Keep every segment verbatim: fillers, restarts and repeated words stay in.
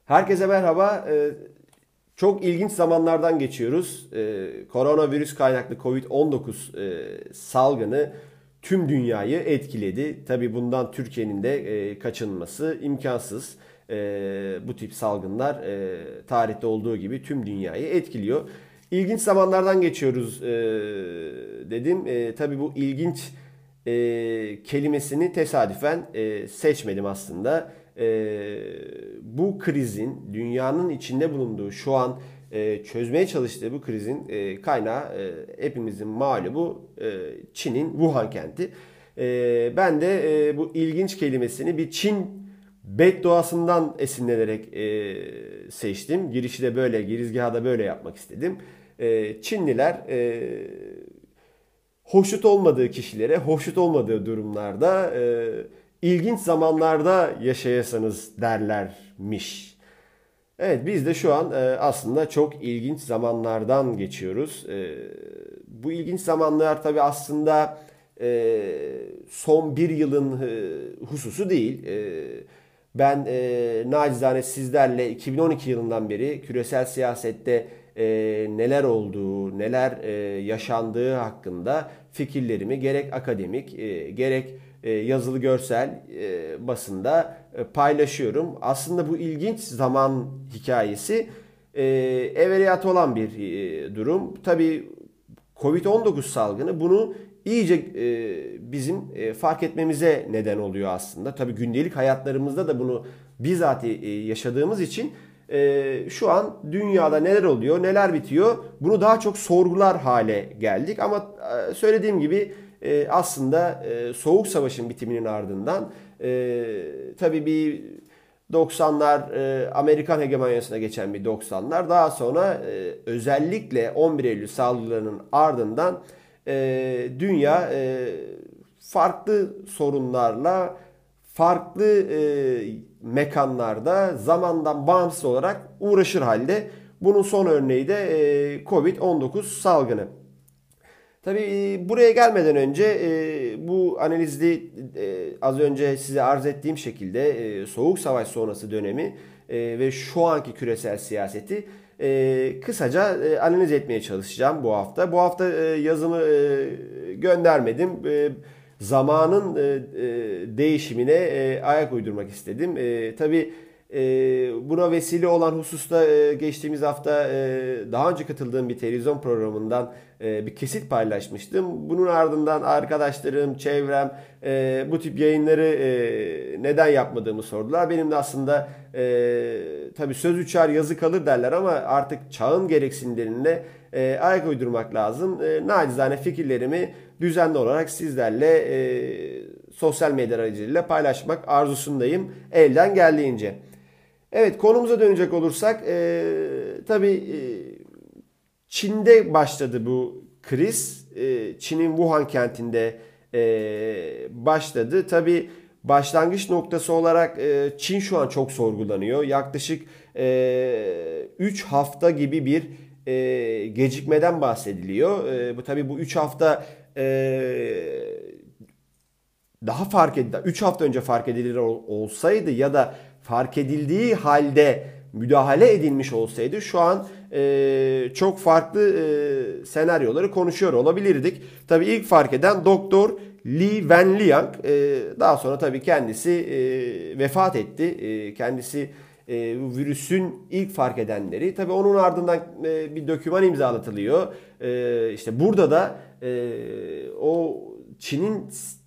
Herkese merhaba. Ee, çok ilginç zamanlardan geçiyoruz. Ee, koronavirüs kaynaklı Covid on dokuz e, salgını tüm dünyayı etkiledi. Tabii bundan Türkiye'nin de e, kaçınması imkansız. E, bu tip salgınlar e, tarihte olduğu gibi tüm dünyayı etkiliyor. İlginç zamanlardan geçiyoruz e, dedim. E, tabii bu ilginç e, kelimesini tesadüfen e, seçmedim aslında. E, bu krizin dünyanın içinde bulunduğu şu an e, çözmeye çalıştığı bu krizin e, kaynağı e, hepimizin malumu e, Çin'in Wuhan kenti. E, ben de e, bu ilginç kelimesini bir Çin bedduasından esinlenerek e, seçtim. Girişi de böyle, girizgahı da böyle yapmak istedim. E, Çinliler e, hoşnut olmadığı kişilere, hoşnut olmadığı durumlarda e, ilginç zamanlarda yaşayasanız derlermiş. Evet, biz de şu an e, aslında çok ilginç zamanlardan geçiyoruz. E, bu ilginç zamanlar tabii aslında e, son bir yılın e, hususu değil. E, ben e, nacizane sizlerle iki bin on iki yılından beri küresel siyasette e, neler olduğu, neler e, yaşandığı hakkında fikirlerimi gerek akademik, e, gerek e, yazılı görsel e, basında e, paylaşıyorum. Aslında bu ilginç zaman hikayesi e, evveliyatı olan bir e, durum. Tabii Covid on dokuz salgını bunu iyice e, bizim e, fark etmemize neden oluyor aslında. Tabii gündelik hayatlarımızda da bunu bizzat e, yaşadığımız için e, şu an dünyada neler oluyor, neler bitiyor bunu daha çok sorgular hale geldik. Ama e, söylediğim gibi e, aslında e, Soğuk Savaş'ın bitiminin ardından e, tabii bir doksanlar e, Amerikan hegemonyasına geçen bir doksanlar. Daha sonra e, özellikle on bir Eylül saldırılarının ardından e, dünya e, farklı sorunlarla farklı e, mekanlarda zamandan bağımsız olarak uğraşır halde. Bunun son örneği de e, Covid on dokuz salgını. Tabii e, buraya gelmeden önce e, bu analizde e, az önce size arz ettiğim şekilde e, Soğuk Savaş sonrası dönemi e, ve şu anki küresel siyaseti e, kısaca e, analiz etmeye çalışacağım bu hafta. Bu hafta e, yazımı e, göndermedim. E, zamanın e, e, değişimine e, ayak uydurmak istedim. E, tabii e, buna vesile olan hususta e, geçtiğimiz hafta e, daha önce katıldığım bir televizyon programından e, bir kesit paylaşmıştım. Bunun ardından arkadaşlarım, çevrem e, bu tip yayınları e, neden yapmadığımı sordular. Benim de aslında e, tabii söz uçar yazı kalır derler ama artık çağın gereksinimlerine e, ayak uydurmak lazım. E, nacizane fikirlerimi düzenli olarak sizlerle e, sosyal medya aracılığıyla paylaşmak arzusundayım elden geldiğince. Evet, konumuza dönecek olursak e, tabii e, Çin'de başladı bu kriz. E, Çin'in Wuhan kentinde e, başladı. Tabii başlangıç noktası olarak e, Çin şu an çok sorgulanıyor. Yaklaşık e, üç hafta gibi bir e, gecikmeden bahsediliyor. E, bu tabii bu üç hafta e, daha fark edildi. üç hafta önce fark edilir olsaydı ya da fark edildiği halde müdahale edilmiş olsaydı şu an e, çok farklı e, senaryoları konuşuyor olabilirdik. Tabii ilk fark eden Doktor Li Wenliang. E, daha sonra tabii kendisi e, vefat etti. E, kendisi e, virüsün ilk fark edenleri. Tabii onun ardından e, bir doküman imzalatılıyor. E, işte burada da e, o Çin'in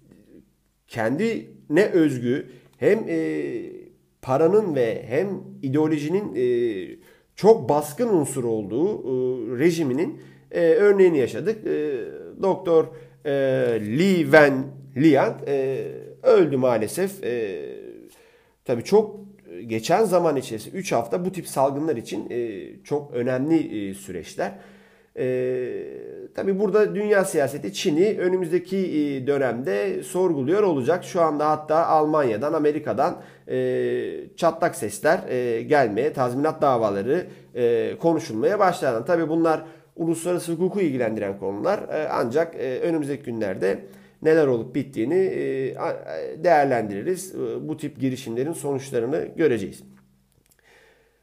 kendine özgü hem e, paranın ve hem ideolojinin e, çok baskın unsur olduğu e, rejiminin e, örneğini yaşadık. E, Doktor e, Li Wenliang e, öldü maalesef. E, tabii çok geçen zaman içerisinde üç hafta bu tip salgınlar için e, çok önemli e, süreçler. Ee, tabii burada dünya siyaseti Çin'i önümüzdeki e, dönemde sorguluyor olacak. Şu anda hatta Almanya'dan, Amerika'dan e, çatlak sesler e, gelmeye, tazminat davaları e, konuşulmaya başladı. Tabii bunlar uluslararası hukuku ilgilendiren konular. E, ancak e, önümüzdeki günlerde neler olup bittiğini e, değerlendiririz. E, bu tip girişimlerin sonuçlarını göreceğiz.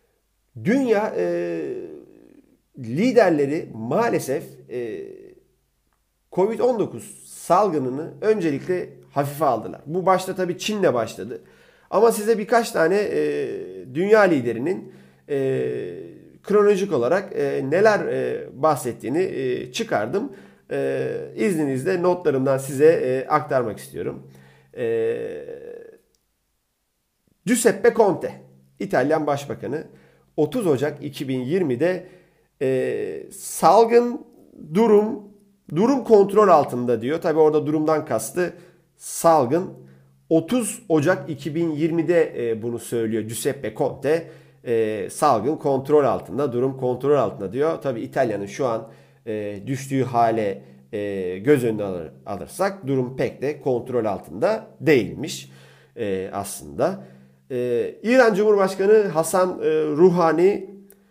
Dünya e, liderleri maalesef e, kovid on dokuz salgınını öncelikle hafife aldılar. Bu başta tabii Çin'le başladı. Ama size birkaç tane e, dünya liderinin e, kronolojik olarak e, neler e, bahsettiğini e, çıkardım. E, izninizle notlarımdan size e, aktarmak istiyorum. E, Giuseppe Conte, İtalyan Başbakanı, otuz Ocak iki bin yirmide e, salgın durum durum kontrol altında diyor. Tabi orada durumdan kastı salgın. otuz Ocak iki bin yirmide e, bunu söylüyor Giuseppe Conte. E, salgın kontrol altında, durum kontrol altında diyor. Tabi İtalya'nın şu an e, düştüğü hale e, göz önüne alır, alırsak durum pek de kontrol altında değilmiş e, aslında. E, İran Cumhurbaşkanı Hasan e, Ruhani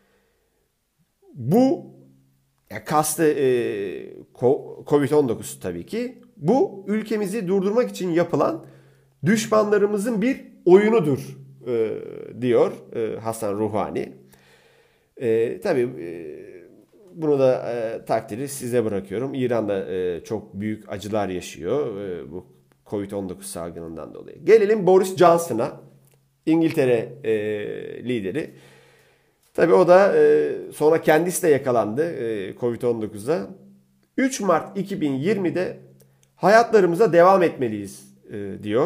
bu ya kastı e, kovid on dokuz tabii ki. Bu ülkemizi durdurmak için yapılan düşmanlarımızın bir oyunudur e, diyor e, Hasan Ruhani. E, tabii e, bunu da e, takdiri size bırakıyorum. İran'da e, çok büyük acılar yaşıyor e, bu kovid on dokuz salgınından dolayı. Gelelim Boris Johnson'a, İngiltere e, lideri. Tabii o da e, sonra kendisi de yakalandı e, kovid on dokuza. üç Mart iki bin yirmide hayatlarımıza devam etmeliyiz e, diyor.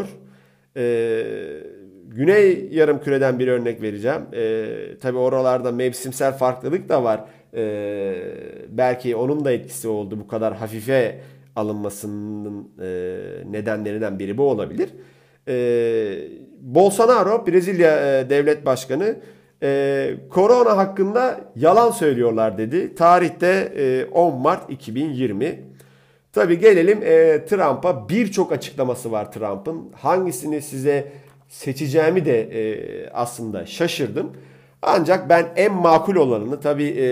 E, Güney Yarımküre'den bir örnek vereceğim. E, tabii oralarda mevsimsel farklılık da var. E, belki onun da etkisi oldu. Bu kadar hafife alınmasının e, nedenlerinden biri bu olabilir. E, Bolsonaro, Brezilya e, devlet başkanı, e, korona hakkında yalan söylüyorlar dedi. Tarihte e, on Mart iki bin yirmi. Tabii gelelim e, Trump'a. Birçok açıklaması var Trump'ın. Hangisini size seçeceğimi de e, aslında şaşırdım. Ancak ben en makul olanını tabii e,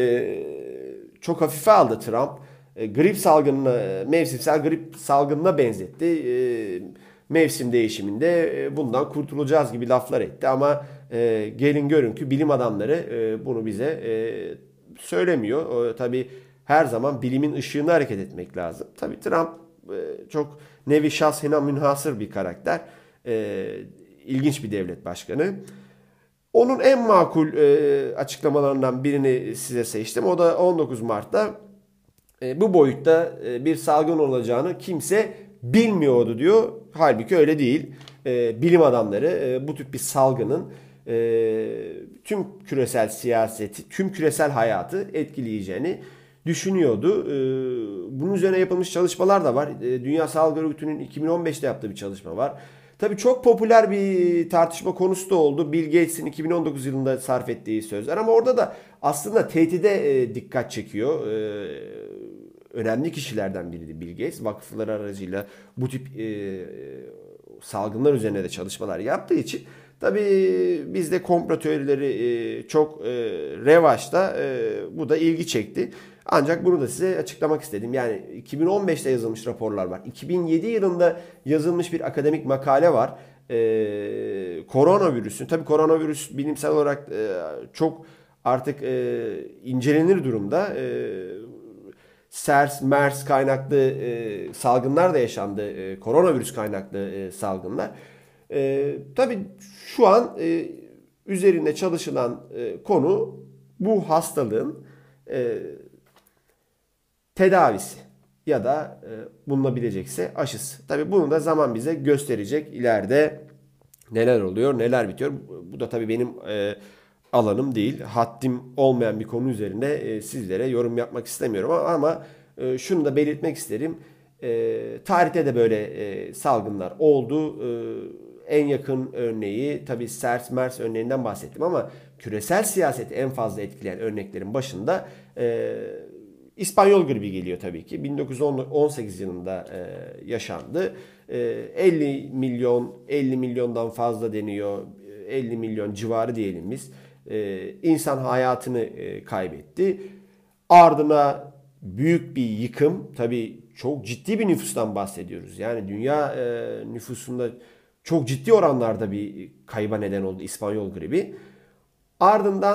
çok hafife aldı Trump. E, grip salgınına, mevsimsel grip salgınına benzetti. E, mevsim değişiminde e, bundan kurtulacağız gibi laflar etti. Ama e, gelin görün ki bilim adamları e, bunu bize e, söylemiyor. O, tabii her zaman bilimin ışığında hareket etmek lazım. Tabii Trump e, çok nevi şahsına münhasır bir karakter. E, ilginç bir devlet başkanı. Onun en makul e, açıklamalarından birini size seçtim. O da on dokuz Mart'ta e, bu boyutta e, bir salgın olacağını kimse bilmiyordu diyor. Halbuki öyle değil. E, bilim adamları e, bu tip bir salgının e, tüm küresel siyaseti, tüm küresel hayatı etkileyeceğini düşünüyordu. E, bunun üzerine yapılmış çalışmalar da var. E, Dünya Sağlık Örgütü'nün iki bin on beşte yaptığı bir çalışma var. Tabii çok popüler bir tartışma konusu da oldu. Bill Gates'in iki bin on dokuz yılında sarf ettiği sözler ama orada da aslında tehdide e, dikkat çekiyor. E, önemli kişilerden biriydi Bill Gates. Vakıflar aracıyla bu tip e, salgınlar üzerine de çalışmalar yaptığı için tabii bizde komplo teorileri e, çok e, revaçta. E, bu da ilgi çekti. Ancak bunu da size açıklamak istedim. Yani iki bin on beşte yazılmış raporlar var. iki bin yedi yılında yazılmış bir akademik makale var. Ee, koronavirüsün, tabii koronavirüs bilimsel olarak e, çok artık e, incelenir durumda. E, SARS, MERS kaynaklı e, salgınlar da yaşandı. E, koronavirüs kaynaklı e, salgınlar. E, tabii şu an e, üzerinde çalışılan e, konu bu hastalığın e, tedavisi ya da e, bulunabilecekse aşısı. Tabii bunu da zaman bize gösterecek ileride neler oluyor, neler bitiyor. Bu da tabii benim e, alanım değil. Haddim olmayan bir konu üzerinde e, sizlere yorum yapmak istemiyorum ama, ama e, şunu da belirtmek isterim. E, tarihte de böyle e, salgınlar oldu. E, en yakın örneği tabii SARS, MERS örneğinden bahsettim ama küresel siyaseti en fazla etkileyen örneklerin başında e, İspanyol gribi geliyor tabii ki. bin dokuz yüz on sekiz yılında e, yaşandı. E, elli milyon, elli milyondan fazla deniyor. elli milyon civarı diyelim biz. E, insan hayatını e, kaybetti. Ardına büyük bir yıkım. Tabii çok ciddi bir nüfustan bahsediyoruz. Yani dünya e, nüfusunda çok ciddi oranlarda bir kayba neden oldu İspanyol gribi. Ardından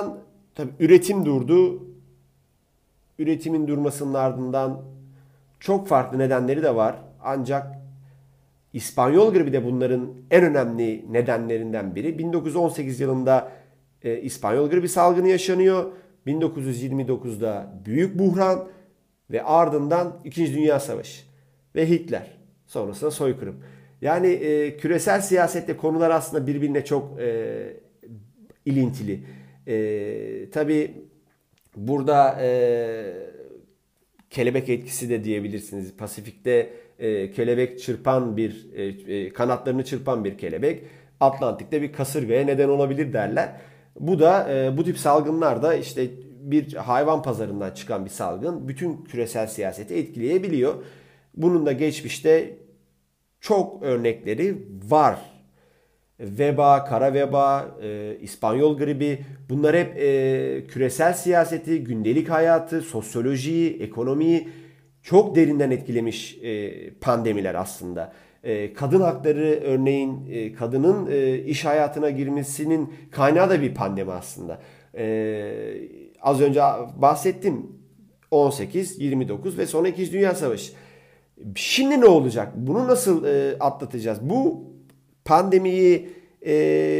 tabii üretim durdu. Üretimin durmasının ardından çok farklı nedenleri de var. Ancak İspanyol gribi de bunların en önemli nedenlerinden biri. bin dokuz yüz on sekiz yılında e, İspanyol gribi salgını yaşanıyor. bin dokuz yüz yirmi dokuzda büyük buhran ve ardından İkinci Dünya Savaşı ve Hitler. Sonrasında soykırım. Yani e, küresel siyasette konular aslında birbirine çok e, ilintili. E, tabii burada e, kelebek etkisi de diyebilirsiniz. Pasifik'te e, kelebek çırpan bir, e, e, kanatlarını çırpan bir kelebek Atlantik'te bir kasırgaya neden olabilir derler. Bu da e, bu tip salgınlar da işte bir hayvan pazarından çıkan bir salgın bütün küresel siyaseti etkileyebiliyor. Bunun da geçmişte çok örnekleri var. Veba, kara veba, e, İspanyol gribi, bunlar hep e, küresel siyaseti, gündelik hayatı, sosyolojiyi, ekonomiyi çok derinden etkilemiş e, pandemiler aslında. E, kadın hakları örneğin e, kadının e, iş hayatına girmesinin kaynağı da bir pandemi aslında. E, az önce bahsettim, on sekiz, yirmi dokuz ve sonra İkinci Dünya Savaşı. Şimdi ne olacak? Bunu nasıl e, atlatacağız? Bu pandemiyi e,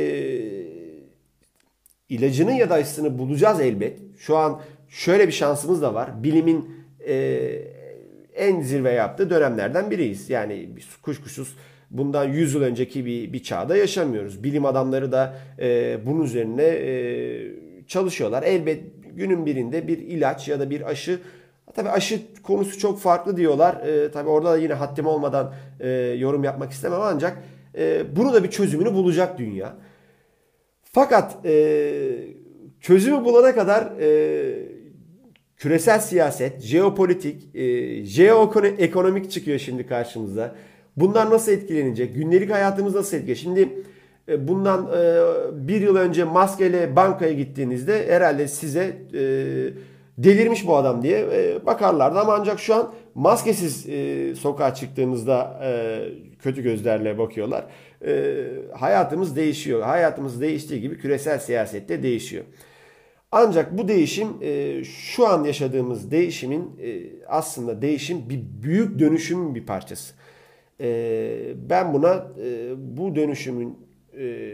ilacını ya da aşısını bulacağız elbet. Şu an şöyle bir şansımız da var. Bilimin e, en zirve yaptığı dönemlerden biriyiz. Yani kuşkusuz bundan yüz yıl önceki bir, bir çağda yaşamıyoruz. Bilim adamları da e, bunun üzerine e, çalışıyorlar. Elbet günün birinde bir ilaç ya da bir aşı. Tabii aşı konusu çok farklı diyorlar. E, tabii orada da yine haddim olmadan e, yorum yapmak istemem ancak e, bunu da bir çözümünü bulacak dünya. Fakat e, çözümü bulana kadar e, küresel siyaset, jeopolitik, e, jeoekonomik çıkıyor şimdi karşımıza. Bunlar nasıl etkilenecek? Gündelik hayatımız nasıl etkileyecek? Şimdi e, bundan e, bir yıl önce maskeyle bankaya gittiğinizde herhalde size e, delirmiş bu adam diye e, bakarlardı. Ama ancak şu an maskesiz e, sokağa çıktığınızda e, kötü gözlerle bakıyorlar. E, hayatımız değişiyor. Hayatımız değiştiği gibi küresel siyasette değişiyor. Ancak bu değişim e, şu an yaşadığımız değişimin e, aslında değişim bir büyük dönüşümün bir parçası. E, ben buna e, bu dönüşümün e,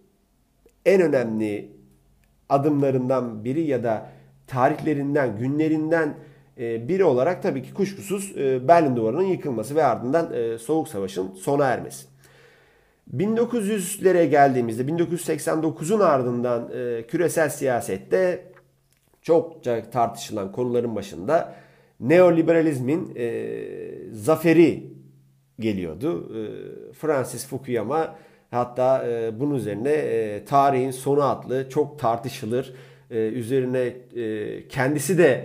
en önemli adımlarından biri ya da tarihlerinden, günlerinden e, biri olarak tabii ki kuşkusuz e, Berlin Duvarı'nın yıkılması ve ardından e, Soğuk Savaş'ın sona ermesi. bin dokuz yüzlere geldiğimizde bin dokuz yüz seksen dokuzun ardından e, küresel siyasette çokça tartışılan konuların başında neoliberalizmin e, zaferi geliyordu. E, Francis Fukuyama hatta e, bunun üzerine e, Tarihin Sonu adlı çok tartışılır. E, üzerine e, kendisi de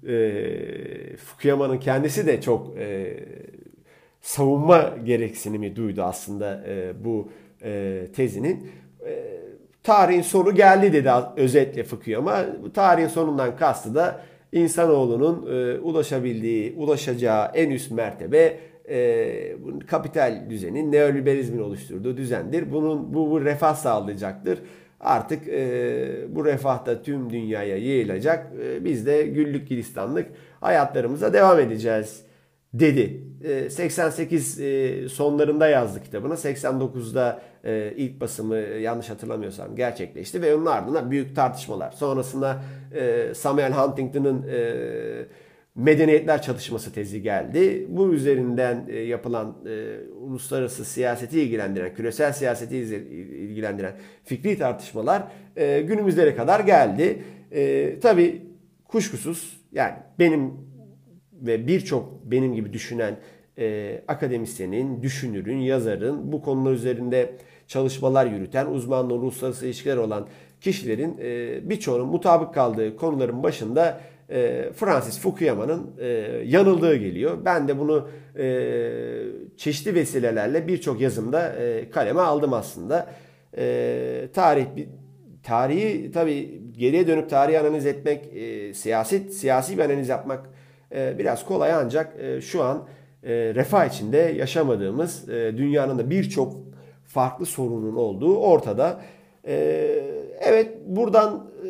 e, Fukuyama'nın kendisi de çok e, savunma gereksinimi duydu aslında e, bu e, tezinin. E, tarihin sonu geldi dedi özetle Fukuyama. Tarihin sonundan kastı da insanoğlunun e, ulaşabildiği, ulaşacağı en üst mertebe e, kapital düzenin, neoliberalizmin oluşturduğu düzendir. Bunun bu, bu refah sağlayacaktır. Artık e, bu refah da tüm dünyaya yayılacak. E, biz de güllük gülistanlık hayatlarımıza devam edeceğiz dedi. seksen sekiz sonlarında yazdı kitabını. seksen dokuzda ilk basımı yanlış hatırlamıyorsam gerçekleşti ve onun ardından büyük tartışmalar. Sonrasında Samuel Huntington'ın Medeniyetler Çatışması tezi geldi. Bu üzerinden yapılan uluslararası siyaseti ilgilendiren, küresel siyaseti ilgilendiren fikri tartışmalar günümüzlere kadar geldi. Tabii kuşkusuz yani benim ve birçok benim gibi düşünen e, akademisyenin, düşünürün, yazarın, bu konular üzerinde çalışmalar yürüten, uzmanlığı uluslararası ilişkiler olan kişilerin e, birçoğunun mutabık kaldığı konuların başında e, Francis Fukuyama'nın e, yanıldığı geliyor. Ben de bunu e, çeşitli vesilelerle birçok yazımda e, kaleme aldım aslında. E, tarih tarihi tabii geriye dönüp tarihi analiz etmek, e, siyaset siyasi bir analiz yapmak biraz kolay ancak şu an refah içinde yaşamadığımız dünyanın da birçok farklı sorunun olduğu ortada. Evet buradan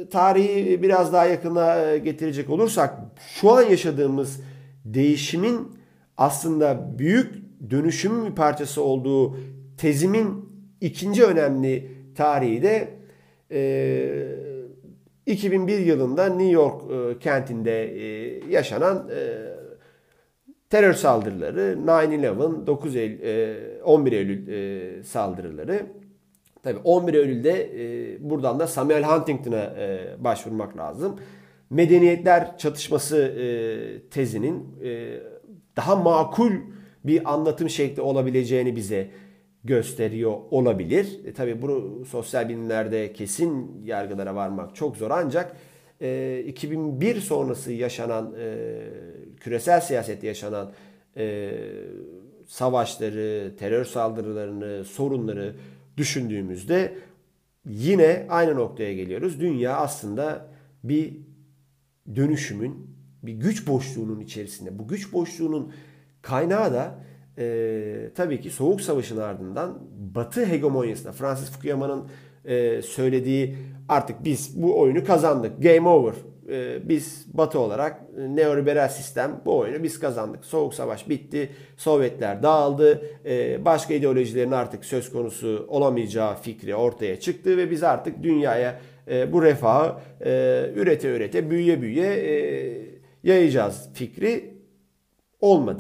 tarihi biraz daha yakına getirecek olursak şu an yaşadığımız değişimin aslında büyük dönüşümün bir parçası olduğu tezimin ikinci önemli tarihi de e, iki bin bir yılında New York e, kentinde e, yaşanan e, terör saldırıları, nine eleven, dokuz Eylül, e, on bir Eylül e, saldırıları. Tabii on bir Eylül'de e, buradan da Samuel Huntington'a e, başvurmak lazım. Medeniyetler çatışması e, tezinin e, daha makul bir anlatım şekli olabileceğini bize gösteriyor olabilir. E, tabii bunu sosyal bilimlerde kesin yargılara varmak çok zor ancak e, iki bin bir sonrası yaşanan e, küresel siyasette yaşanan e, savaşları, terör saldırılarını, sorunları düşündüğümüzde yine aynı noktaya geliyoruz. Dünya aslında bir dönüşümün, bir güç boşluğunun içerisinde. Bu güç boşluğunun kaynağı da e, tabii ki Soğuk Savaş'ın ardından Batı hegemonyasına, Francis Fukuyama'nın e, söylediği artık biz bu oyunu kazandık, game over. E, biz Batı olarak e, neoliberal sistem bu oyunu biz kazandık. Soğuk Savaş bitti, Sovyetler dağıldı, e, başka ideolojilerin artık söz konusu olamayacağı fikri ortaya çıktı ve biz artık dünyaya e, bu refahı e, ürete ürete, büyüye büyüye e, yayacağız fikri olmadı.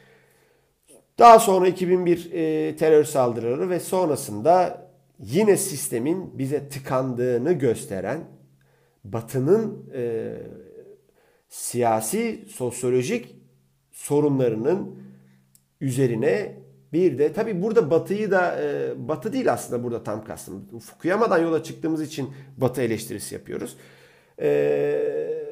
Daha sonra iki bin bir e, terör saldırıları ve sonrasında yine sistemin bize tıkandığını gösteren Batı'nın e, siyasi, sosyolojik sorunlarının üzerine bir de tabii burada Batı'yı da e, Batı değil aslında burada tam kastım. Fukuyama'dan yola çıktığımız için Batı eleştirisi yapıyoruz. E,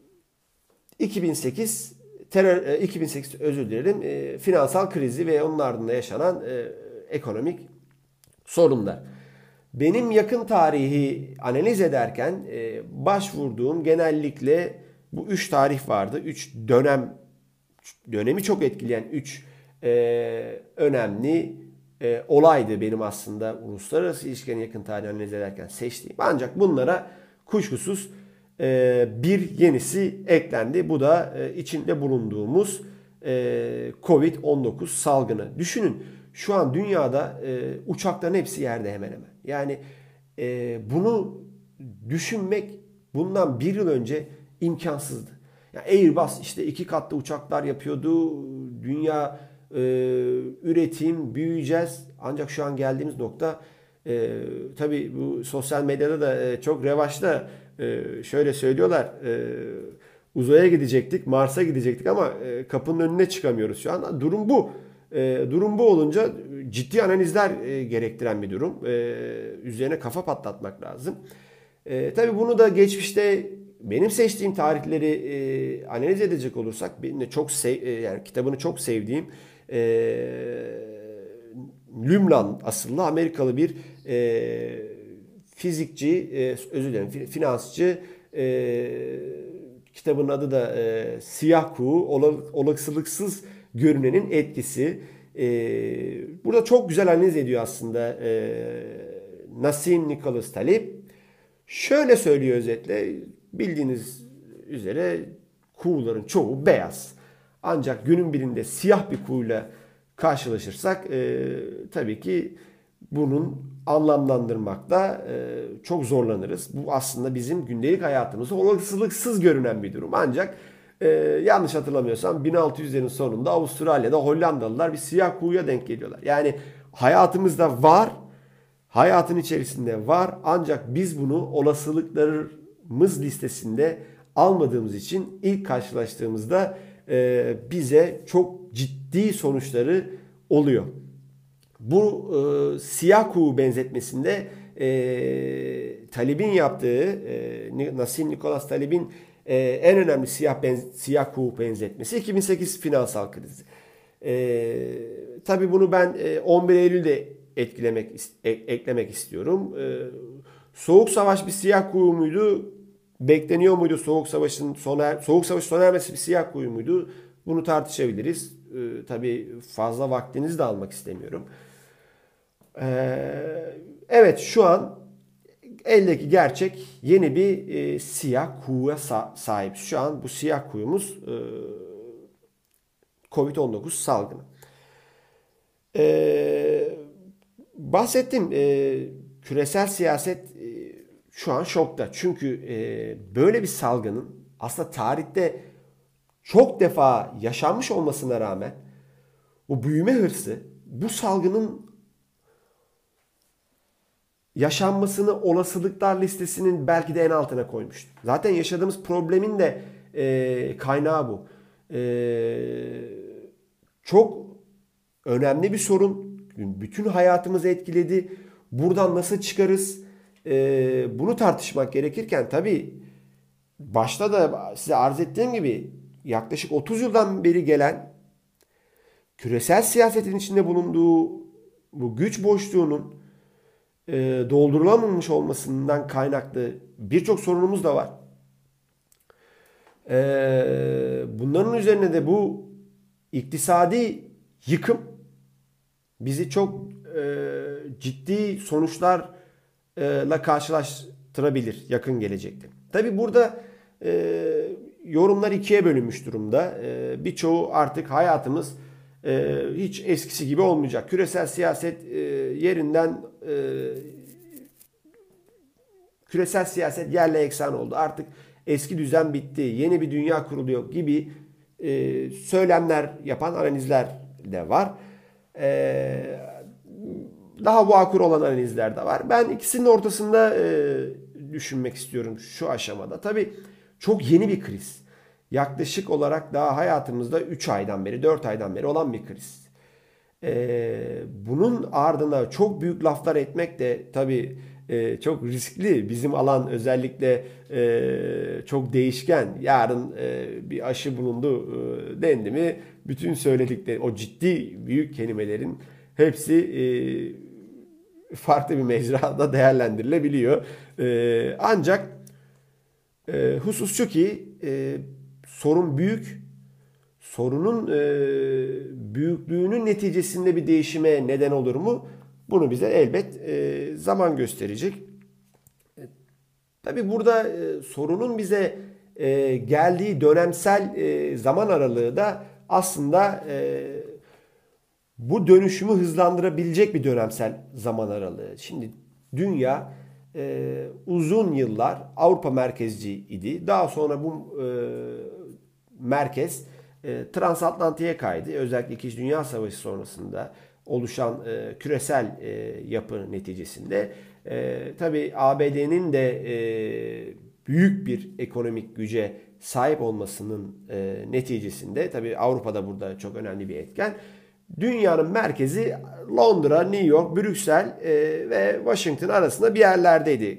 iki bin sekiz terör iki bin sekiz özür dilerim e, finansal krizi ve onun ardında yaşanan e, ekonomik sorunlar. Benim yakın tarihi analiz ederken e, başvurduğum genellikle bu üç tarih vardı. Üç dönem dönemi çok etkileyen üç e, önemli e, olaydı benim aslında uluslararası ilişkilerin yakın tarihi analiz ederken seçtiğim. Ancak bunlara kuşkusuz e, bir yenisi eklendi. Bu da e, içinde bulunduğumuz e, kovid on dokuz salgını. Düşünün. Şu an dünyada e, uçakların hepsi yerde hemen hemen. Yani e, bunu düşünmek bundan bir yıl önce imkansızdı. Yani Airbus işte iki katlı uçaklar yapıyordu. Dünya e, üretim, büyüyeceğiz. Ancak şu an geldiğimiz nokta e, tabii bu sosyal medyada da e, çok revaçta e, şöyle söylüyorlar. E, uzaya gidecektik, Mars'a gidecektik ama e, kapının önüne çıkamıyoruz şu an. Durum bu. E, durum bu olunca ciddi analizler e, gerektiren bir durum. E, üzerine kafa patlatmak lazım. E, tabii bunu da geçmişte benim seçtiğim tarihleri e, analiz edecek olursak benim de çok sev, e, yani kitabını çok sevdiğim e, Lümlan asıllı Amerikalı bir e, fizikçi, e, özür dilerim finansçı, e, kitabın adı da e, Siyah Kuğu, olasılıksız görünenin etkisi. Ee, burada çok güzel analiz ediyor aslında ee, Nassim Nicholas Taleb. Şöyle söylüyor özetle, bildiğiniz üzere kuğuların çoğu beyaz. Ancak günün birinde siyah bir kuğuyla karşılaşırsak e, tabii ki bunun anlamlandırmakta e, çok zorlanırız. Bu aslında bizim gündelik hayatımızda olasılıksız görünen bir durum. Ancak Ee, yanlış hatırlamıyorsam bin altı yüzlerin sonunda Avustralya'da Hollandalılar bir siyah kuğuya denk geliyorlar. Yani hayatımızda var, hayatın içerisinde var ancak biz bunu olasılıklarımız listesinde almadığımız için ilk karşılaştığımızda e, bize çok ciddi sonuçları oluyor. Bu e, siyah kuğu benzetmesinde e, Taleb'in yaptığı, e, Nassim Nicholas Taleb'in Ee, en önemli siyah benz siyah kuğu benzetmesi iki bin sekiz finansal krizi. Ee, tabii bunu ben e, on bir Eylül'de etkilemek e, eklemek istiyorum. Ee, Soğuk Savaş bir siyah kuğu muydu? Bekleniyor muydu Soğuk Savaş'ın sona Soğuk Savaş sona ermesi bir siyah kuğu muydu? Bunu tartışabiliriz. Ee, tabii fazla vaktinizi de almak istemiyorum. Ee, evet şu an eldeki gerçek yeni bir e, siyah kuyuya sa- sahip. Şu an bu siyah kuyumuz e, Covid on dokuz salgını. E, bahsettim. E, küresel siyaset e, şu an şokta. Çünkü e, böyle bir salgının aslında tarihte çok defa yaşanmış olmasına rağmen bu büyüme hırsı bu salgının yaşanmasını olasılıklar listesinin belki de en altına koymuştur. Zaten yaşadığımız problemin de e, kaynağı bu. E, çok önemli bir sorun. Bütün hayatımızı etkiledi. Buradan nasıl çıkarız? E, bunu tartışmak gerekirken tabii başta da size arz ettiğim gibi yaklaşık otuz yıldan beri gelen küresel siyasetin içinde bulunduğu bu güç boşluğunun e, doldurulamamış olmasından kaynaklı birçok sorunumuz da var. E, bunların üzerine de bu iktisadi yıkım bizi çok e, ciddi sonuçlarla karşılaştırabilir yakın gelecekte. Tabi burada e, yorumlar ikiye bölünmüş durumda. E, birçoğu artık hayatımız e, hiç eskisi gibi olmayacak. Küresel siyaset e, yerinden e, küresel siyaset yerle eksan oldu. Artık eski düzen bitti. Yeni bir dünya kuruluyor gibi e, söylemler yapan analizler de var. E, daha vakur olan analizler de var. Ben ikisinin ortasında e, düşünmek istiyorum şu aşamada. Tabii çok yeni bir kriz. Yaklaşık olarak daha hayatımızda üç aydan beri, dört aydan beri olan bir kriz. Ee, bunun ardına çok büyük laflar etmek de tabii e, çok riskli. Bizim alan özellikle e, çok değişken. Yarın e, bir aşı bulundu e, dendi mi bütün söyledikleri o ciddi büyük kelimelerin hepsi e, farklı bir mecrada değerlendirilebiliyor. E, ancak e, husus şu ki e, sorun büyük. Sorunun e, büyüklüğünün neticesinde bir değişime neden olur mu? Bunu bize elbet e, zaman gösterecek. E, tabii burada e, sorunun bize e, geldiği dönemsel e, zaman aralığı da aslında e, bu dönüşümü hızlandırabilecek bir dönemsel zaman aralığı. Şimdi dünya e, uzun yıllar Avrupa merkezci idi. Daha sonra bu e, merkez e, transatlantiğe kaydı. Özellikle İkinci Dünya Savaşı sonrasında oluşan e, küresel e, yapı neticesinde e, tabii A B D'nin de e, büyük bir ekonomik güce sahip olmasının e, neticesinde tabii Avrupa'da burada çok önemli bir etken. Dünyanın merkezi Londra, New York, Brüksel e, ve Washington arasında bir yerlerdeydi.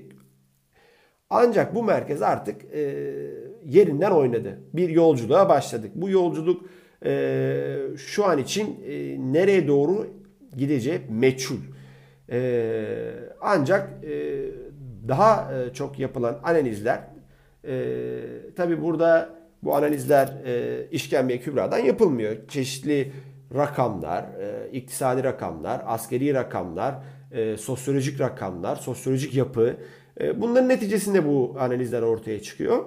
Ancak bu merkez artık e, yerinden oynadı. Bir yolculuğa başladık. Bu yolculuk e, şu an için e, nereye doğru gideceği meçhul. E, ancak e, daha e, çok yapılan analizler e, tabi burada bu analizler e, işkembe kübradan yapılmıyor. Çeşitli rakamlar, e, iktisadi rakamlar, askeri rakamlar, e, sosyolojik rakamlar, sosyolojik yapı. E, bunların neticesinde bu analizler ortaya çıkıyor.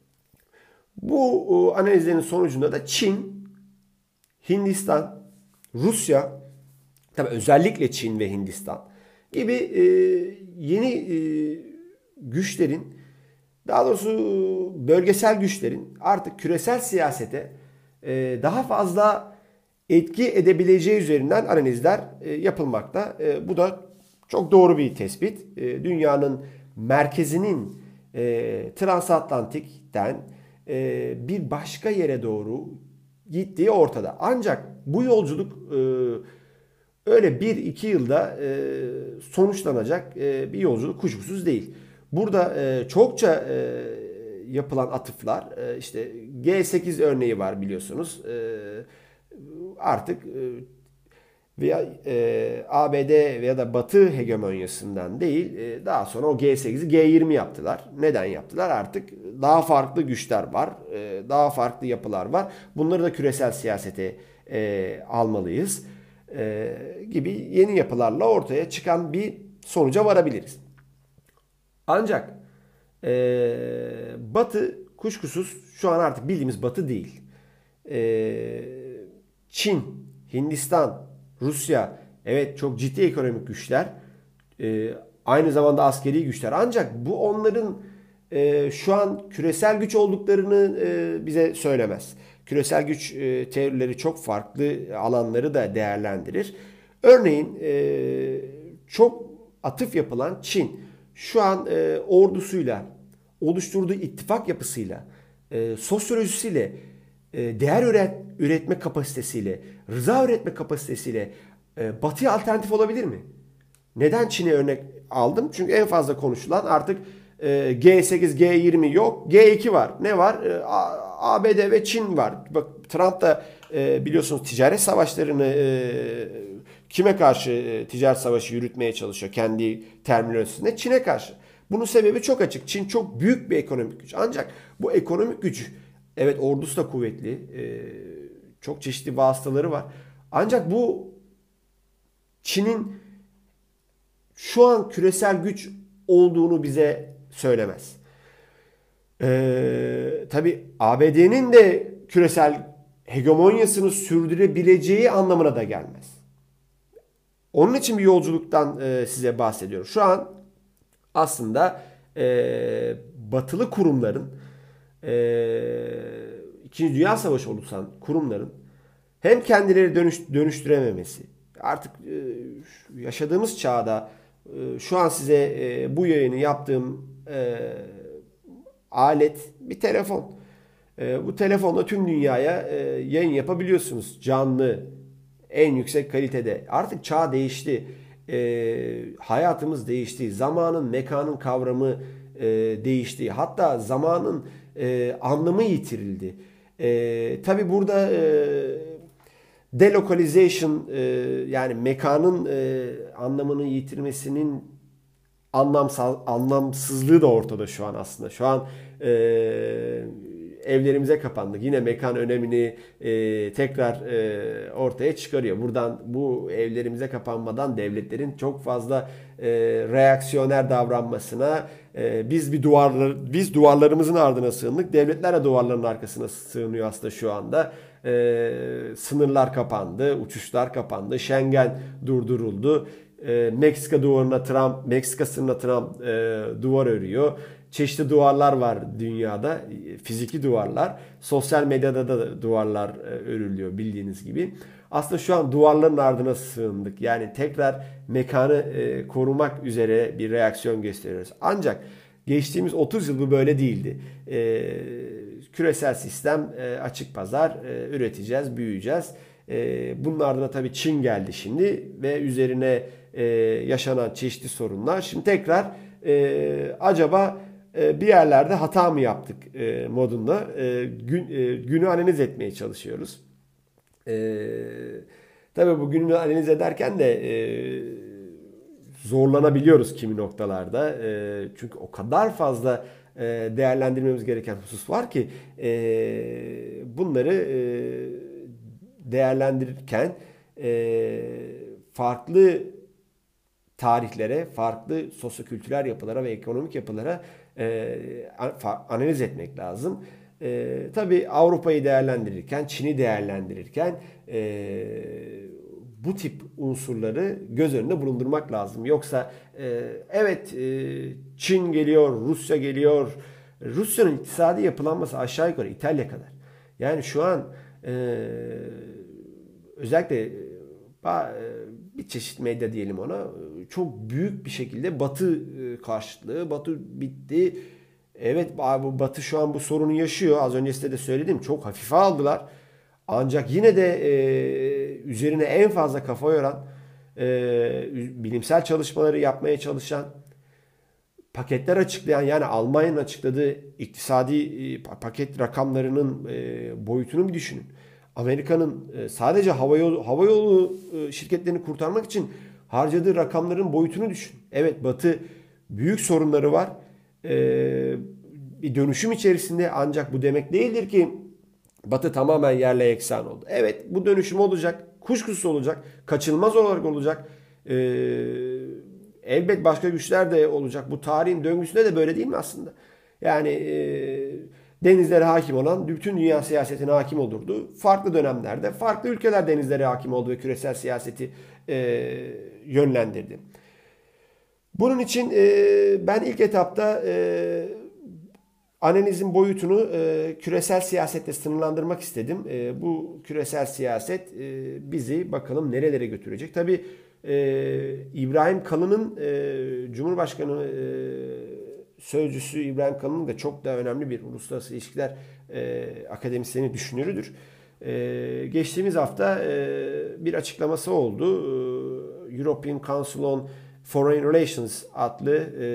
Bu e, analizlerin sonucunda da Çin, Hindistan, Rusya, tabii özellikle Çin ve Hindistan gibi e, yeni e, güçlerin, daha doğrusu bölgesel güçlerin artık küresel siyasete e, daha fazla etki edebileceği üzerinden analizler e, yapılmakta. E, bu da çok doğru bir tespit. E, dünyanın merkezinin e, transatlantikten e, bir başka yere doğru gittiği ortada. Ancak bu yolculuk e, öyle bir iki yılda e, sonuçlanacak e, bir yolculuk kuşkusuz değil. Burada e, çokça e, yapılan atıflar, e, işte G sekiz örneği var biliyorsunuz. E, artık e, veya e, A B D veya da Batı hegemonyasından değil, e, daha sonra o G sekizi G yirmi yaptılar. Neden yaptılar? Artık daha farklı güçler var, e, daha farklı yapılar var. Bunları da küresel siyasete e, almalıyız e, gibi yeni yapılarla ortaya çıkan bir sonuca varabiliriz. Ancak e, Batı kuşkusuz şu an artık bildiğimiz Batı değil. E, Çin, Hindistan, Rusya, evet çok ciddi ekonomik güçler. E, aynı zamanda askeri güçler. Ancak bu onların e, şu an küresel güç olduklarını e, bize söylemez. Küresel güç e, teorileri çok farklı alanları da değerlendirir. Örneğin e, çok atıf yapılan Çin şu an e, ordusuyla, oluşturduğu ittifak yapısıyla, e, sosyolojisiyle, e, değer üret, üretme kapasitesiyle, rıza üretme kapasitesiyle e, Batı'ya alternatif olabilir mi? Neden Çin'i örnek aldım? Çünkü en fazla konuşulan artık e, G sekiz, G yirmi yok. G iki var. Ne var? E, A B D ve Çin var. Bak Trump da e, biliyorsunuz ticaret savaşlarını e, kime karşı e, ticaret savaşı yürütmeye çalışıyor? Kendi terminolojisinde Çin'e karşı. Bunun sebebi çok açık. Çin çok büyük bir ekonomik güç. Ancak bu ekonomik güç, evet ordusu da kuvvetli. E, çok çeşitli vasıtaları var. Ancak bu Çin'in şu an küresel güç olduğunu bize söylemez. Ee, tabii A B D'nin de küresel hegemonyasını sürdürebileceği anlamına da gelmez. Onun için bir yolculuktan e, size bahsediyorum. Şu an aslında e, batılı kurumların e, İkinci Dünya Savaşı oluşan kurumların hem kendileri dönüş, dönüştürememesi, artık e, yaşadığımız çağda e, şu an size e, bu yayını yaptığım e, alet bir telefon. E, bu telefonla tüm dünyaya e, yayın yapabiliyorsunuz. Canlı, en yüksek kalitede. Artık çağ değişti. E, hayatımız değişti. Zamanın, mekanın kavramı e, değişti. Hatta zamanın e, anlamı yitirildi. E, tabii burada e, delocalization e, yani mekanın e, anlamını yitirmesinin anlamsal anlamsızlığı da ortada şu an aslında. Şu an e, evlerimize kapandık. Yine mekan önemini e, tekrar e, ortaya çıkarıyor. Buradan bu evlerimize kapanmadan devletlerin çok fazla e, reaksiyoner davranmasına, e, biz bir duvarlar biz duvarlarımızın ardına sığındık. Devletler de duvarların arkasına sığınıyor aslında şu anda. E, sınırlar kapandı, uçuşlar kapandı, Schengen durduruldu. E, Meksika duvarına Trump, Meksika sınırına Trump e, duvar örüyor. Çeşitli duvarlar var dünyada, fiziki duvarlar. Sosyal medyada da duvarlar e, örülüyor bildiğiniz gibi. Aslında şu an duvarların ardına sığındık. Yani tekrar mekanı e, korumak üzere bir reaksiyon gösteriyoruz. Ancak geçtiğimiz otuz yıl bu böyle değildi. E, küresel sistem, e, açık pazar, e, üreteceğiz, büyüyeceğiz. E, bunun ardına tabii Çin geldi şimdi ve üzerine e, yaşanan çeşitli sorunlar. Şimdi tekrar e, acaba e, bir yerlerde hata mı yaptık e, modunda e, gün, e, günü analiz etmeye çalışıyoruz. E, tabii bu günü analiz ederken de e, zorlanabiliyoruz kimi noktalarda. E, çünkü o kadar fazla e, değerlendirmemiz gereken husus var ki e, bunları e, değerlendirirken e, farklı tarihlere, farklı sosyokültürel yapılara ve ekonomik yapılara e, analiz etmek lazım. E, tabii Avrupa'yı değerlendirirken, Çin'i değerlendirirken e, bu tip unsurları göz önünde bulundurmak lazım. Yoksa e, evet e, Çin geliyor, Rusya geliyor. Rusya'nın iktisadi yapılanması aşağı yukarı İtalya kadar. Yani şu an e, özellikle bir çeşit medya diyelim ona, çok büyük bir şekilde Batı karşıtlığı, Batı bitti. Evet bu Batı şu an bu sorunu yaşıyor. Az önce size de söyledim. Çok hafife aldılar. Ancak yine de e, üzerine en fazla kafa yoran, e, bilimsel çalışmaları yapmaya çalışan, paketler açıklayan, yani Almanya'nın açıkladığı iktisadi e, paket rakamlarının e, boyutunu bir düşünün. Amerika'nın e, sadece havayolu, havayolu e, şirketlerini kurtarmak için harcadığı rakamların boyutunu düşün. Evet Batı büyük sorunları var. E, bir dönüşüm içerisinde, ancak bu demek değildir ki Batı tamamen yerle yeksan oldu. Evet bu dönüşüm olacak. Kuşkusuz olacak. Kaçınılmaz olarak olacak. E, elbet başka güçler de olacak. Bu tarihin döngüsünde de böyle değil mi aslında? Yani e, denizlere hakim olan bütün dünya siyasetine hakim olurdu. Farklı dönemlerde farklı ülkeler denizlere hakim oldu ve küresel siyaseti e, yönlendirdi. Bunun için e, ben ilk etapta e, analizin boyutunu e, küresel siyasetle sınırlandırmak istedim. E, bu küresel siyaset e, bizi bakalım nerelere götürecek. Tabii e, İbrahim Kalın'ın e, Cumhurbaşkanı e, sözcüsü İbrahim Kalın'ın da çok daha önemli bir uluslararası ilişkiler e, akademisyeni, düşünürüdür. E, geçtiğimiz hafta e, bir açıklaması oldu. E, European Council on Foreign Relations adlı e,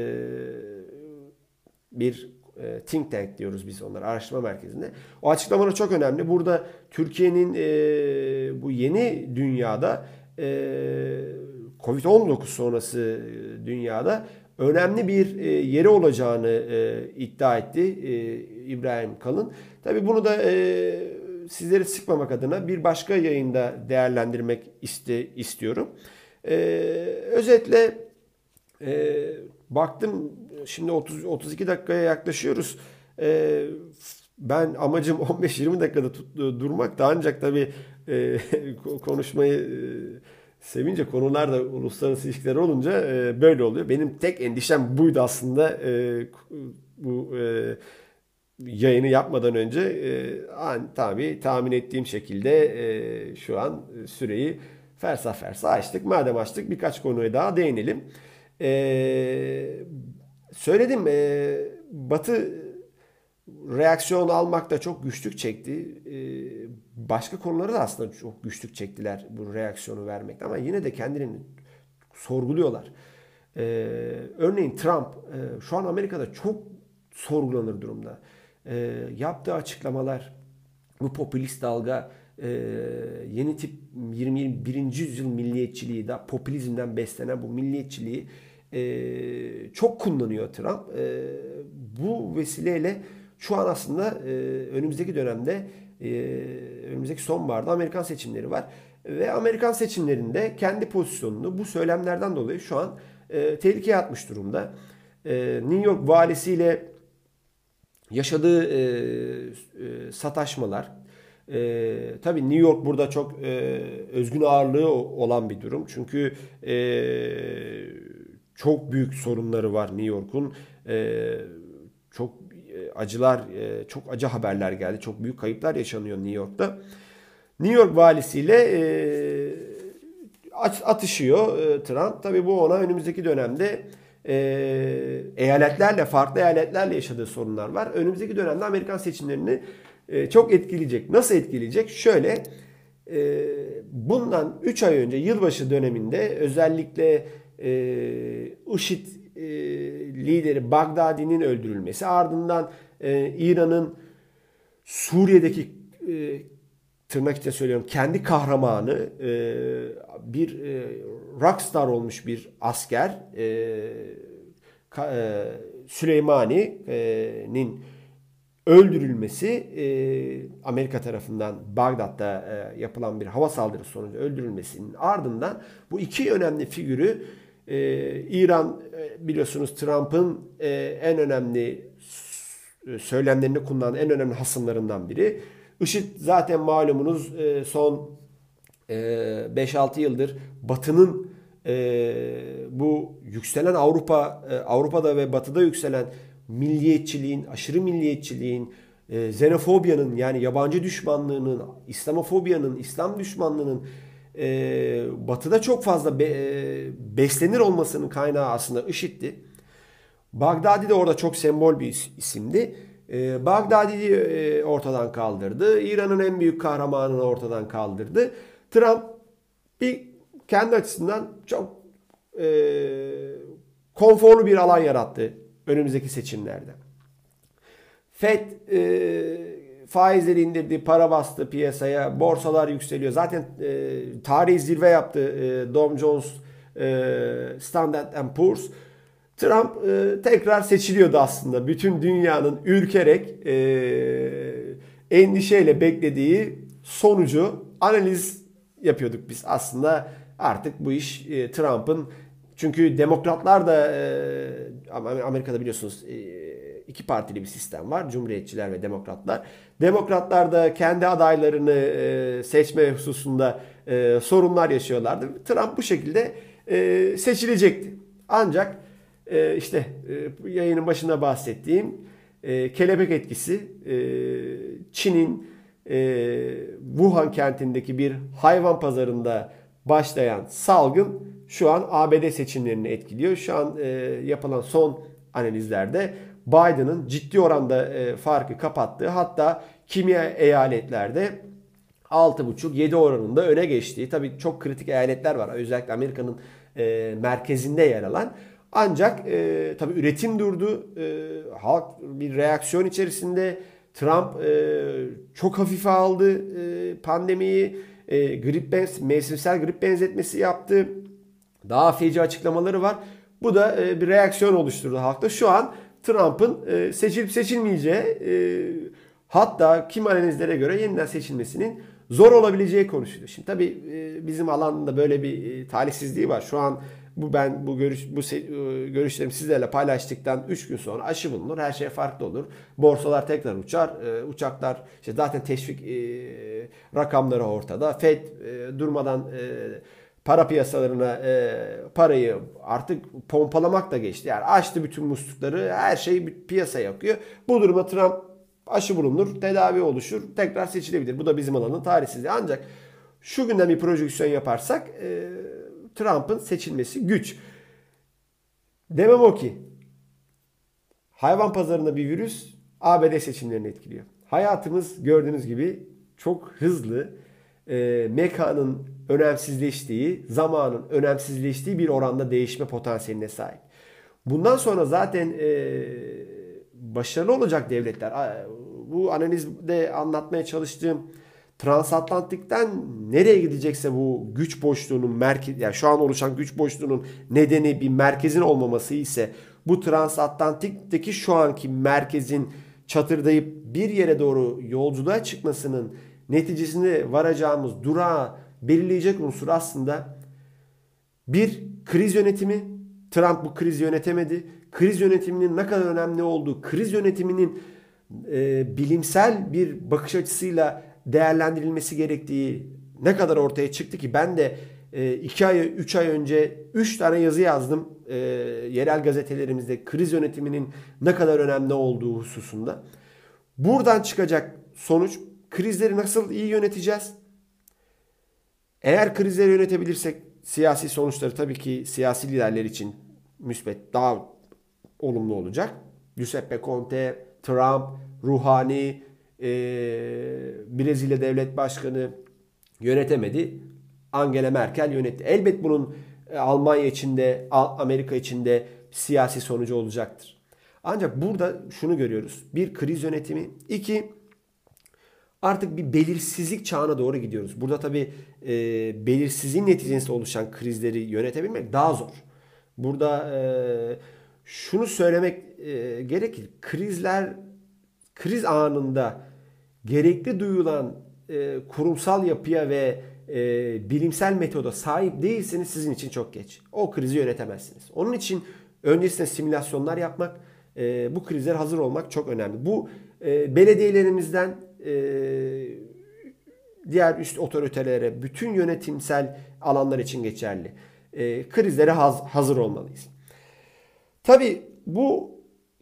bir e, think tank diyoruz biz onlara, araştırma merkezinde. O açıklamalar çok önemli. Burada Türkiye'nin e, bu yeni dünyada e, Covid on dokuz sonrası dünyada önemli bir e, yeri olacağını e, iddia etti e, İbrahim Kalın. Tabii bunu da e, sizleri sıkmamak adına bir başka yayında değerlendirmek iste, istiyorum. E, özetle e, baktım şimdi otuz otuz iki dakikaya yaklaşıyoruz. E, ben amacım on beş yirmi dakikada tut, durmak da ancak tabii e, konuşmayı e, sevince konular da uluslararası ilişkiler olunca e, böyle oluyor. Benim tek endişem buydu aslında e, bu e, yayını yapmadan önce. E, an, tabii tahmin ettiğim şekilde e, şu an süreyi fersah fersah açtık. Madem açtık birkaç konuya daha değinelim. E, söyledim e, Batı reaksiyon almakta çok güçlük çekti. Başka konuları da aslında çok güçlük çektiler bu reaksiyonu vermekte ama yine de kendilerini sorguluyorlar. Örneğin Trump şu an Amerika'da çok sorgulanır durumda. Yaptığı açıklamalar, bu popülist dalga, yeni tip yirmi birinci yüzyıl milliyetçiliği da popülizmden beslenen bu milliyetçiliği çok kullanıyor Trump. Bu vesileyle şu an aslında e, önümüzdeki dönemde e, önümüzdeki sonbaharda Amerikan seçimleri var. Ve Amerikan seçimlerinde kendi pozisyonunu bu söylemlerden dolayı şu an e, tehlikeye atmış durumda. E, New York valisiyle yaşadığı e, e, sataşmalar. E, tabii New York burada çok e, özgün ağırlığı olan bir durum. Çünkü e, çok büyük sorunları var New York'un. E, çok acılar, çok acı haberler geldi. Çok büyük kayıplar yaşanıyor New York'ta. New York valisiyle atışıyor Trump. Tabii bu ona önümüzdeki dönemde eyaletlerle, farklı eyaletlerle yaşadığı sorunlar var. Önümüzdeki dönemde Amerikan seçimlerini çok etkileyecek. Nasıl etkileyecek? Şöyle, bundan üç ay önce yılbaşı döneminde özellikle IŞİD lideri Bagdadi'nin öldürülmesi, ardından e, İran'ın Suriye'deki e, tırnak içinde söylüyorum kendi kahramanı e, bir e, rockstar olmuş bir asker e, ka, e, Süleymani'nin öldürülmesi e, Amerika tarafından Bagdad'da e, yapılan bir hava saldırısı sonucu öldürülmesinin ardından bu iki önemli figürü Ee, İran biliyorsunuz Trump'ın e, en önemli söylemlerini kullanan en önemli hasımlarından biri. IŞİD zaten malumunuz e, son e, beş altı yıldır Batı'nın e, bu yükselen Avrupa e, Avrupa'da ve Batı'da yükselen milliyetçiliğin, aşırı milliyetçiliğin, e, xenofobyanın yani yabancı düşmanlığının, İslamofobiyanın, İslam düşmanlığının Ee, Batı'da çok fazla be, e, beslenir olmasının kaynağı aslında IŞİD'ti. Bagdadi de orada çok sembol bir isimdi. Ee, Bagdadi'yi e, ortadan kaldırdı. İran'ın en büyük kahramanını ortadan kaldırdı. Trump bir kendi açısından çok e, konforlu bir alan yarattı önümüzdeki seçimlerde. Fed e, faizleri indirdi, para bastı piyasaya, borsalar yükseliyor. Zaten e, tarihi zirve yaptı e, Dow Jones, e, Standard and Poor's. Trump e, tekrar seçiliyordu aslında. Bütün dünyanın ürkerek e, endişeyle beklediği sonucu analiz yapıyorduk biz. Aslında artık bu iş e, Trump'ın Çünkü demokratlar da e, ama Amerika'da biliyorsunuz e, iki partili bir sistem var. Cumhuriyetçiler ve demokratlar. Demokratlar da kendi adaylarını e, seçme hususunda e, sorunlar yaşıyorlardı. Trump bu şekilde e, seçilecekti. Ancak e, işte e, yayının başında bahsettiğim e, kelebek etkisi e, Çin'in e, Wuhan kentindeki bir hayvan pazarında başlayan salgın şu an A B D seçimlerini etkiliyor. Şu an e, yapılan son analizlerde Biden'ın ciddi oranda e, farkı kapattığı, hatta kimi eyaletlerde altı buçuk yedi oranında öne geçtiği. Tabii çok kritik eyaletler var. Özellikle Amerika'nın e, merkezinde yer alan. Ancak e, tabii üretim durdu. E, halk bir reaksiyon içerisinde. Trump e, çok hafife aldı e, pandemiyi. E, grip benz, mevsimsel grip benzetmesi yaptı. Daha feci açıklamaları var. Bu da e, bir reaksiyon oluşturdu halkta. Şu an Trump'ın e, seçilip seçilmeyeceği, e, hatta kim analizlere göre yeniden seçilmesinin zor olabileceği konuşuluyor. Şimdi tabii e, bizim alanda böyle bir e, talihsizliği var. Şu an bu ben bu görüş bu e, görüşlerimi sizlerle paylaştıktan üç gün sonra aşı bulunur. Her şey farklı olur. Borsalar tekrar uçar. E, uçaklar işte zaten teşvik e, rakamları ortada. Fed e, durmadan e, para piyasalarına e, parayı artık pompalamak da geçti. Yani açtı bütün muslukları, her şey piyasaya akıyor. Bu duruma Trump aşı bulunur, tedavi oluşur, tekrar seçilebilir. Bu da bizim alanın tarihsizliği. Ancak şu günden bir projeksiyon yaparsak e, Trump'ın seçilmesi güç. Demem o ki hayvan pazarında bir virüs A B D seçimlerini etkiliyor. Hayatımız gördüğünüz gibi çok hızlı, e, mekanın önemsizleştiği, zamanın önemsizleştiği bir oranda değişme potansiyeline sahip. Bundan sonra zaten e, başarılı olacak devletler, bu analizde anlatmaya çalıştığım transatlantikten nereye gidecekse bu güç boşluğunun merkez, yani şu an oluşan güç boşluğunun nedeni bir merkezin olmaması ise bu transatlantikteki şu anki merkezin çatırdayıp bir yere doğru yolculuğa çıkmasının neticesinde varacağımız durağı belirleyecek unsur aslında bir kriz yönetimi. Trump bu krizi yönetemedi. Kriz yönetiminin ne kadar önemli olduğu, kriz yönetiminin e, bilimsel bir bakış açısıyla değerlendirilmesi gerektiği ne kadar ortaya çıktı ki ben de e, iki ay, üç ay önce üç tane yazı yazdım e, yerel gazetelerimizde kriz yönetiminin ne kadar önemli olduğu hususunda. Buradan çıkacak sonuç, krizleri nasıl iyi yöneteceğiz? Eğer krizleri yönetebilirsek siyasi sonuçları tabii ki siyasi liderler için müsbet, daha olumlu olacak. Giuseppe Conte, Trump, Rouhani, e, Brezilya Devlet Başkanı yönetemedi. Angela Merkel yönetti. Elbet bunun Almanya içinde, Amerika içinde siyasi sonucu olacaktır. Ancak burada şunu görüyoruz. Bir, kriz yönetimi. İki, artık bir belirsizlik çağına doğru gidiyoruz. Burada tabii e, belirsizliğin neticesinde oluşan krizleri yönetebilmek daha zor. Burada e, şunu söylemek e, gerekir. Krizler, kriz anında gerekli duyulan e, kurumsal yapıya ve e, bilimsel metoda sahip değilseniz sizin için çok geç. O krizi yönetemezsiniz. Onun için öncesinde simülasyonlar yapmak, e, bu krizlere hazır olmak çok önemli. Bu e, belediyelerimizden e, diğer üst otoritelere, bütün yönetimsel alanlar için geçerli. E, krizlere haz, hazır olmalıyız. Tabii bu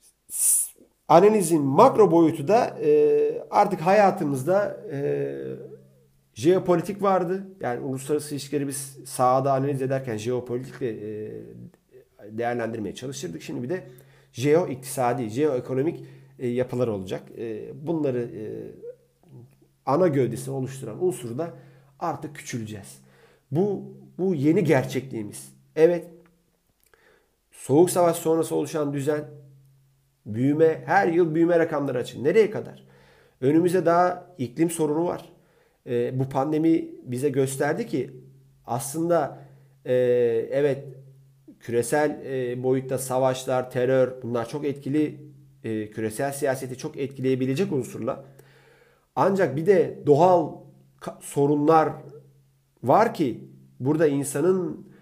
analizin makro boyutu da e, artık hayatımızda e, jeopolitik vardı. Yani uluslararası ilişkileri biz sahada analiz ederken jeopolitikle e, değerlendirmeye çalışırdık. Şimdi bir de jeo-iktisadi, jeo-ekonomik e, yapılar olacak. E, bunları e, ana gövdesini oluşturan unsuru da artık küçüleceğiz. Bu, bu yeni gerçekliğimiz. Evet, Soğuk Savaş sonrası oluşan düzen, büyüme, her yıl büyüme rakamları açın. Nereye kadar? Önümüzde daha iklim sorunu var. E, bu pandemi bize gösterdi ki aslında e, evet küresel e, boyutta savaşlar, terör bunlar çok etkili, e, küresel siyaseti çok etkileyebilecek unsurlar. Ancak bir de doğal sorunlar var ki burada insanın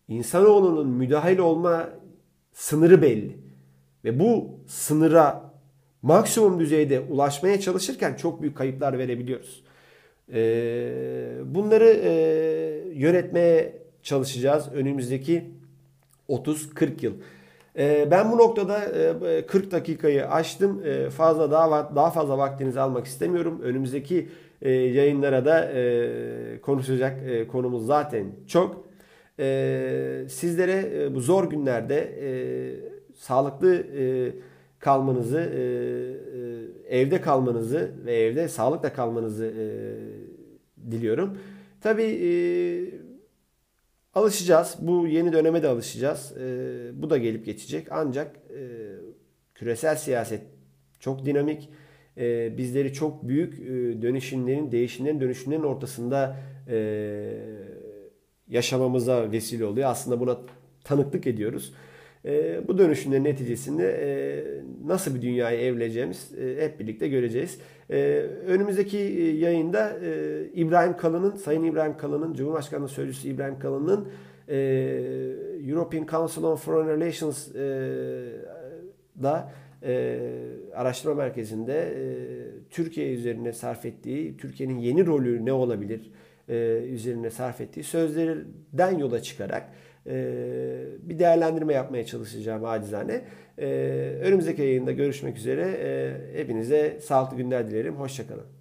insanoğlunun müdahil olma sınırı belli. Ve bu sınıra maksimum düzeyde ulaşmaya çalışırken çok büyük kayıplar verebiliyoruz. Ee, bunları e, yönetmeye çalışacağız önümüzdeki otuz kırk yıl. Ee, ben bu noktada e, kırk dakikayı aştım. E, fazla daha daha fazla vaktinizi almak istemiyorum. Önümüzdeki e, yayınlara da e, konuşacak e, konumuz zaten çok. E, sizlere e, bu zor günlerde e, sağlıklı e, kalmanızı, e, e, evde kalmanızı ve evde sağlıkla kalmanızı e, diliyorum. Tabii e, alışacağız. Bu yeni döneme de alışacağız. E, bu da gelip geçecek. Ancak e, küresel siyaset çok dinamik. E, bizleri çok büyük e, dönüşümlerin, değişimlerin, dönüşümlerin ortasında e, yaşamamıza vesile oluyor. Aslında buna tanıklık ediyoruz. E, bu dönüşümlerin neticesinde e, nasıl bir dünyaya evrileceğimiz e, hep birlikte göreceğiz. E, önümüzdeki yayında e, İbrahim Kalın'ın, Sayın İbrahim Kalın'ın, Cumhurbaşkanlığı Sözcüsü İbrahim Kalın'ın e, European Council on Foreign Relations e, da e, araştırma merkezinde e, Türkiye üzerine sarf ettiği, Türkiye'nin yeni rolü ne olabilir e, üzerine sarf ettiği sözlerden yola çıkarak e, bir değerlendirme yapmaya çalışacağım acizane. E, önümüzdeki yayında görüşmek üzere. E, hepinize sağlıklı günler dilerim. Hoşça kalın.